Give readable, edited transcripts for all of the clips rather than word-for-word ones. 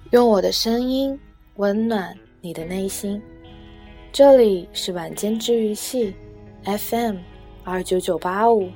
用我的声音温暖你的内心。这里是晚间治愈系 FM 29985。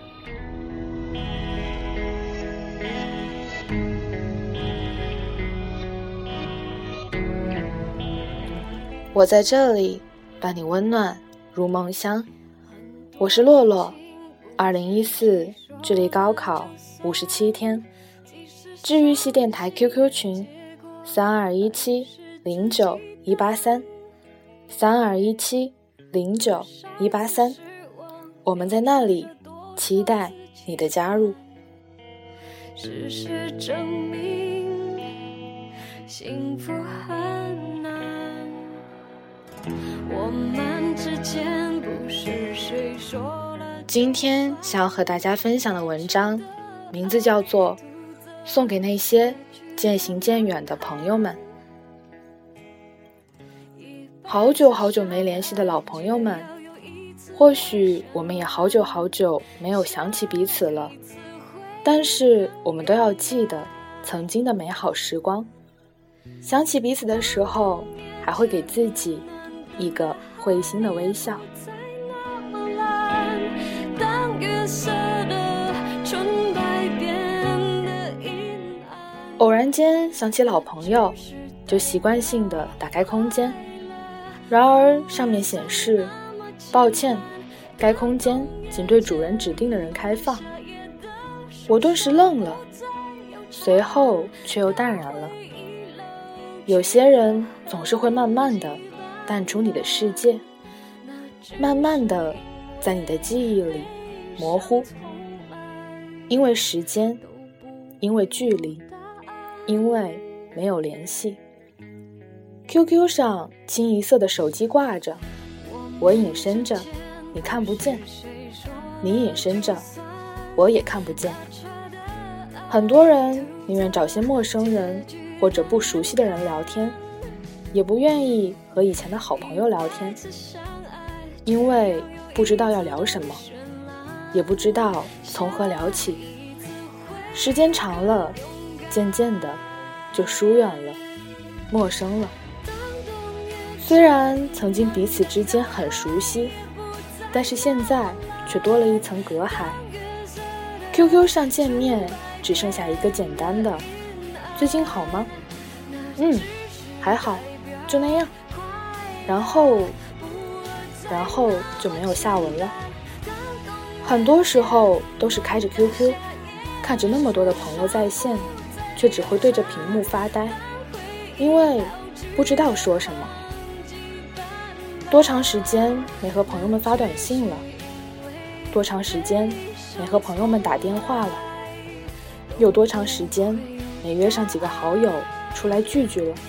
我在这里伴你温暖如梦乡。我是洛洛，2014距离高考57天。治愈系电台 QQ 群32170913，32170913，我们在那里期待你的加入。 事实证明幸福很难，我们之间不是谁说了。 今天想要和大家分享的文章名字叫做送给那些渐行渐远的朋友们。好久没联系的老朋友们，或许我们也好久没有想起彼此了，但是我们都要记得曾经的美好时光。想起彼此的时候，还会给自己一个会心的微笑。偶然间想起老朋友，就习惯性的打开空间，然而上面显示抱歉，该空间仅对主人指定的人开放。我顿时愣了，随后却又淡然了。有些人总是会慢慢的淡出你的世界，慢慢的在你的记忆里模糊，因为时间，因为距离，因为没有联系。QQ 上清一色的手机挂着，我隐身着，你看不见；你隐身着，我也看不见。很多人宁愿找些陌生人或者不熟悉的人聊天，也不愿意和以前的好朋友聊天，因为不知道要聊什么，也不知道从何聊起。时间长了，渐渐的就疏远了，陌生了。虽然曾经彼此之间很熟悉，但是现在却多了一层隔阂。QQ 上见面只剩下一个简单的最近好吗？还好，就那样。然后就没有下文了。很多时候都是开着 QQ， 看着那么多的朋友在线，却只会对着屏幕发呆，因为不知道说什么。多长时间没和朋友们发短信了？多长时间没和朋友们打电话了？有多长时间没约上几个好友出来聚聚了？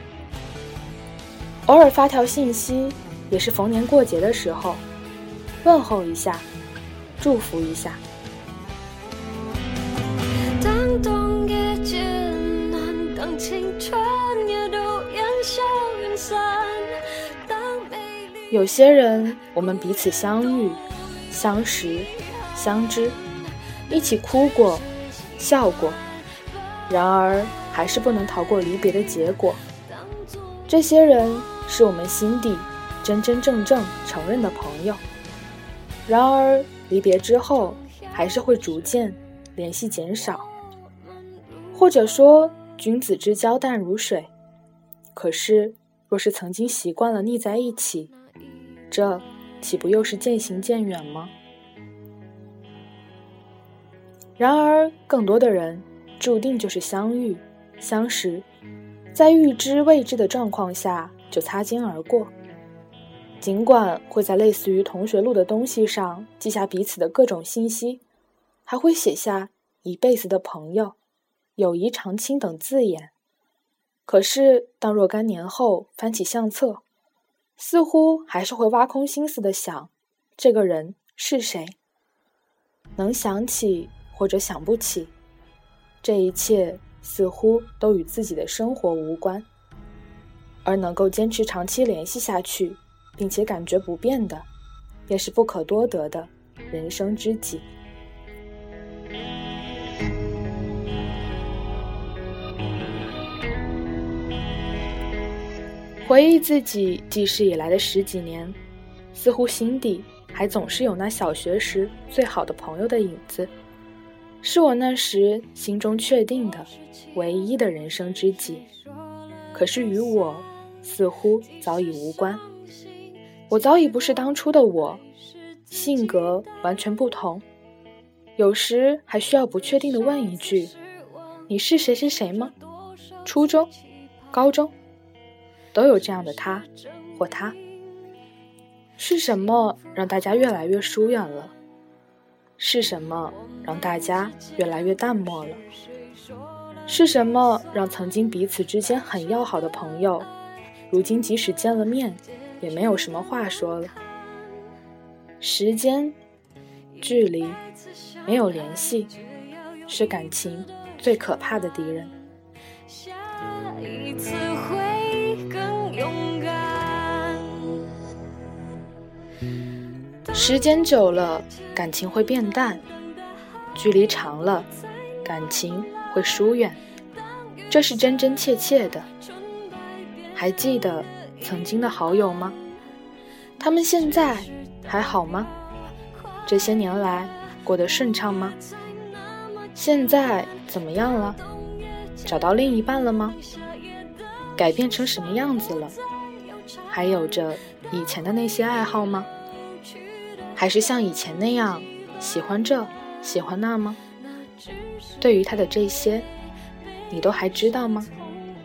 偶尔发条信息，也是逢年过节的时候，问候一下，祝福一下。 当冬夜渐暖，当青春也都烟消云散， 有些人我们彼此相遇、相识、相知，一起哭过、笑过，然而还是不能逃过离别的结果。这些人是我们心底真正承认的朋友，然而离别之后还是会逐渐联系减少。或者说君子之交淡如水，可是若是曾经习惯了腻在一起，这岂不又是渐行渐远吗？然而更多的人注定就是相遇相识，在预知未知的状况下就擦肩而过，尽管会在类似于同学录的东西上记下彼此的各种信息，还会写下一辈子的朋友、友谊长青等字眼，可是当若干年后翻起相册，似乎还是会挖空心思的想，这个人是谁？能想起或者想不起，这一切似乎都与自己的生活无关，而能够坚持长期联系下去，并且感觉不变的，也是不可多得的人生知己。 回忆自己记事以来的10几年，似乎心底还总是有那小学时最好的朋友的影子，是我那时心中确定的唯一的人生知己。可是与我似乎早已无关，我早已不是当初的我，性格完全不同，有时还需要不确定地问一句：你是谁谁谁吗？初中、高中都有这样的他或他。是什么让大家越来越疏远了？是什么让大家越来越淡漠了？是什么让曾经彼此之间很要好的朋友，如今即使见了面也没有什么话说了？时间、距离、没有联系，是感情最可怕的敌人。 下一次会更勇敢。 时间久了，感情会变淡；距离长了，感情会疏远。这是真真切切的。还记得曾经的好友吗？他们现在还好吗？这些年来过得顺畅吗？现在怎么样了？找到另一半了吗？改变成什么样子了？还有着以前的那些爱好吗？还是像以前那样喜欢这喜欢那吗？对于他的这些，你都还知道吗？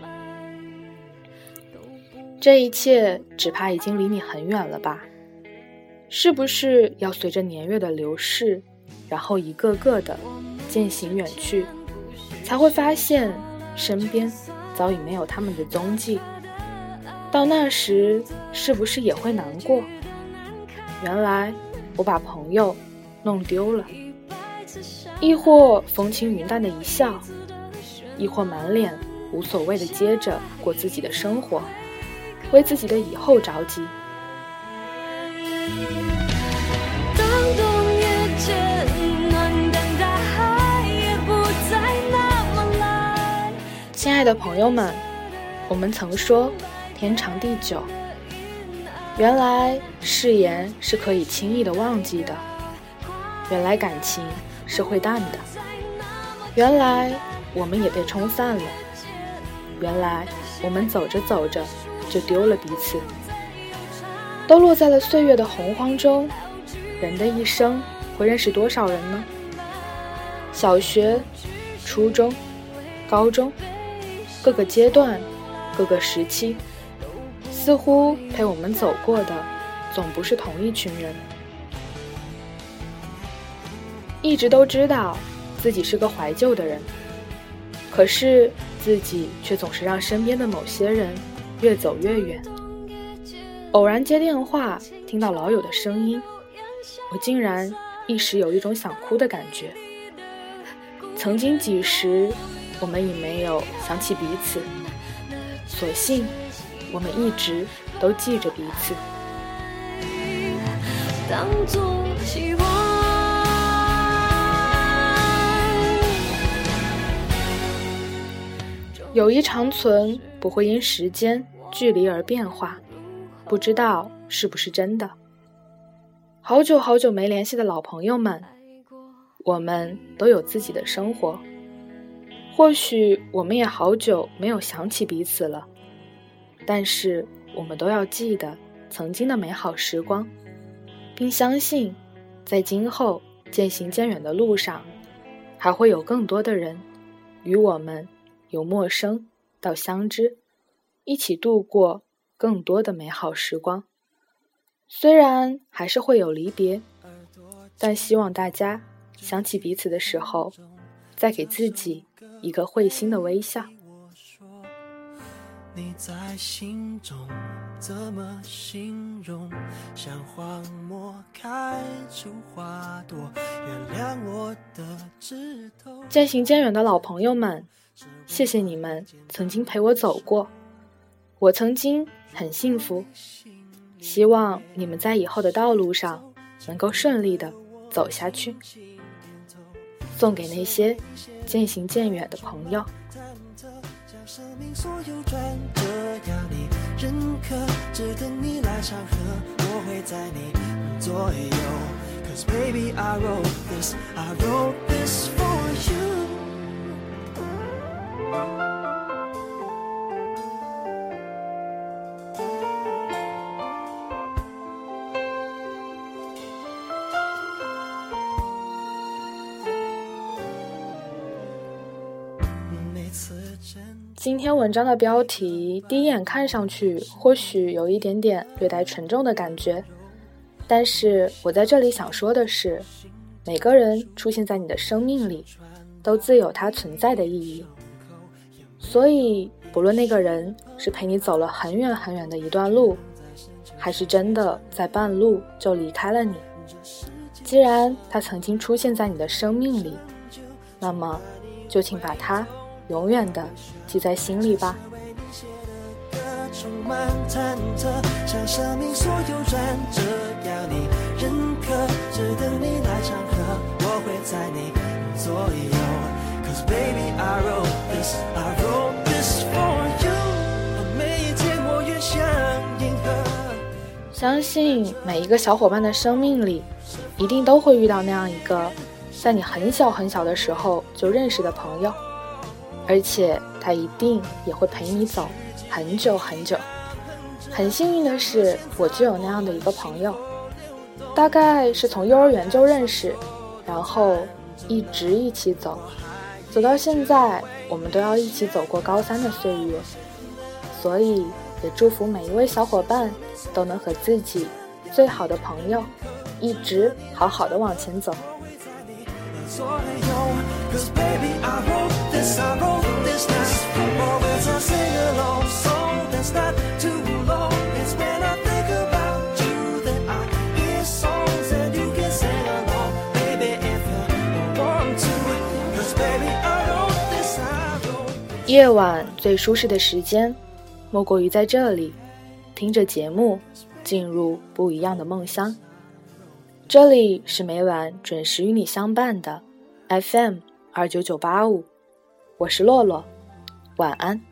这一切只怕已经离你很远了吧？是不是要随着年月的流逝，然后一个个的渐行远去，才会发现身边早已没有他们的踪迹？到那时是不是也会难过？原来我把朋友弄丢了。亦或风轻云淡的一笑，亦或满脸无所谓的接着过自己的生活，为自己的以后着急。 当冬夜渐暖，当大海也不再那么蓝。 亲爱的朋友们，我们曾说天长地久，原来誓言是可以轻易的忘记的，原来感情是会淡的，原来我们也被冲散了，原来我们走着走着就丢了彼此，都落在了岁月的洪荒中。人的一生会认识多少人呢？小学、初中、高中，各个阶段，各个时期，似乎陪我们走过的总不是同一群人。一直都知道自己是个怀旧的人，可是自己却总是让身边的某些人越走越远。偶然接电话，听到老友的声音，我竟然一时有一种想哭的感觉。曾经几时，我们已没有想起彼此，所幸我们一直都记着彼此。 当作希望。 友谊长存不会因时间、距离而变化，不知道是不是真的。好久好久没联系的老朋友们，我们都有自己的生活，或许我们也好久没有想起彼此了，但是我们都要记得曾经的美好时光，并相信在今后渐行渐远的路上，还会有更多的人与我们由陌生到相知，一起度过更多的美好时光。虽然还是会有离别，但希望大家想起彼此的时候，再给自己一个会心的微笑。 你在心中怎么形容？像荒漠开出花朵，原谅我的枝头。 渐行渐远的老朋友们，谢谢你们曾经陪我走过，我曾经很幸福，希望你们在以后的道路上能够顺利地走下去。送给那些渐行渐远的朋友。 生命所有转折压力，人只等你来唱和，我会在你左右。Cause baby I wrote this for you。 今天文章的标题第一眼看上去或许有一点点略带沉重的感觉，但是我在这里想说的是，每个人出现在你的生命里都自有它存在的意义，所以不论那个人是陪你走了很远很远的一段路，还是真的在半路就离开了你，既然他曾经出现在你的生命里，那么就请把它永远的记在心里吧。 充满忐忑，像生命所有转折，要你认可，只等你来唱和，我会在你左右。Cause baby I wrote this for you。 每一天我越像银河。 相信每一个小伙伴的生命里，一定都会遇到那样一个在你很小很小的时候就认识的朋友，而且他一定也会陪你走很久很久。很幸运的是，我就有那样的一个朋友，大概是从幼儿园就认识，然后一直一起走到现在，我们都要一起走过高3的岁月。所以也祝福每一位小伙伴都能和自己最好的朋友一直好好的往前走。 Cause baby I wrote this not for more words I sing along song that's not too long. It's when I think about you that I hear songs and you can sing along, baby if you want to. Cause baby I wrote this not. 夜晚最舒适的时间，莫过于在这里听着节目，进入不一样的梦乡。这里是每晚准时与你相伴的 FM29985，我是洛洛，晚安。